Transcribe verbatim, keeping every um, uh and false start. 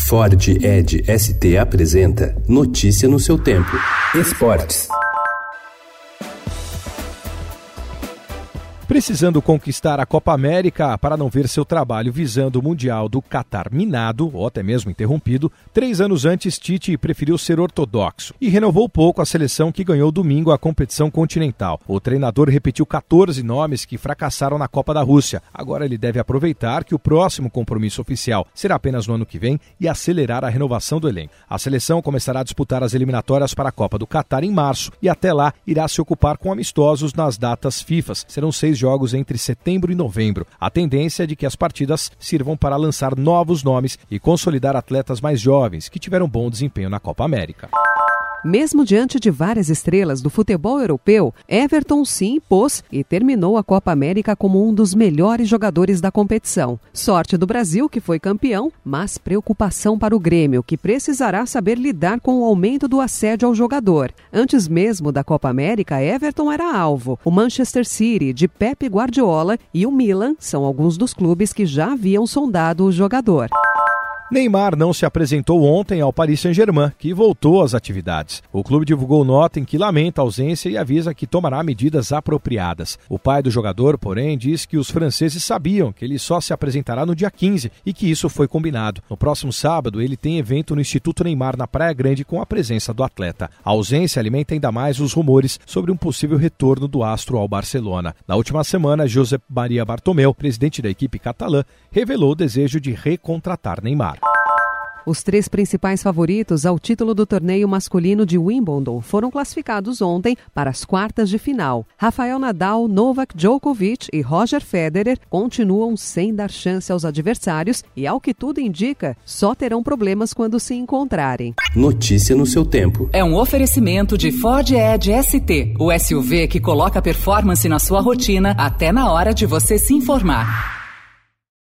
Ford Edge S T apresenta Notícia no seu tempo. Esportes. Precisando conquistar a Copa América para não ver seu trabalho visando o Mundial do Catar minado, ou até mesmo interrompido, três anos antes Tite preferiu ser ortodoxo e renovou pouco a seleção que ganhou domingo a competição continental. O treinador repetiu quatorze nomes que fracassaram na Copa da Rússia. Agora ele deve aproveitar que o próximo compromisso oficial será apenas no ano que vem e acelerar a renovação do elenco. A seleção começará a disputar as eliminatórias para a Copa do Catar em março e até lá irá se ocupar com amistosos nas datas FIFA. Serão seis jogos entre setembro e novembro. A tendência é de que as partidas sirvam para lançar novos nomes e consolidar atletas mais jovens que tiveram bom desempenho na Copa América. Mesmo diante de várias estrelas do futebol europeu, Everton se impôs e terminou a Copa América como um dos melhores jogadores da competição. Sorte do Brasil, que foi campeão, mas preocupação para o Grêmio, que precisará saber lidar com o aumento do assédio ao jogador. Antes mesmo da Copa América, Everton era alvo. O Manchester City, de Pep Guardiola, e o Milan são alguns dos clubes que já haviam sondado o jogador. Neymar não se apresentou ontem ao Paris Saint-Germain, que voltou às atividades. O clube divulgou nota em que lamenta a ausência e avisa que tomará medidas apropriadas. O pai do jogador, porém, diz que os franceses sabiam que ele só se apresentará no dia quinze e que isso foi combinado. No próximo sábado, ele tem evento no Instituto Neymar, na Praia Grande, com a presença do atleta. A ausência alimenta ainda mais os rumores sobre um possível retorno do astro ao Barcelona. Na última semana, Josep Maria Bartomeu, presidente da equipe catalã, revelou o desejo de recontratar Neymar. Os três principais favoritos ao título do torneio masculino de Wimbledon foram classificados ontem para as quartas de final. Rafael Nadal, Novak Djokovic e Roger Federer continuam sem dar chance aos adversários e, ao que tudo indica, só terão problemas quando se encontrarem. Notícia no seu tempo. É um oferecimento de Ford Edge S T, o S U V que coloca performance na sua rotina até na hora de você se informar.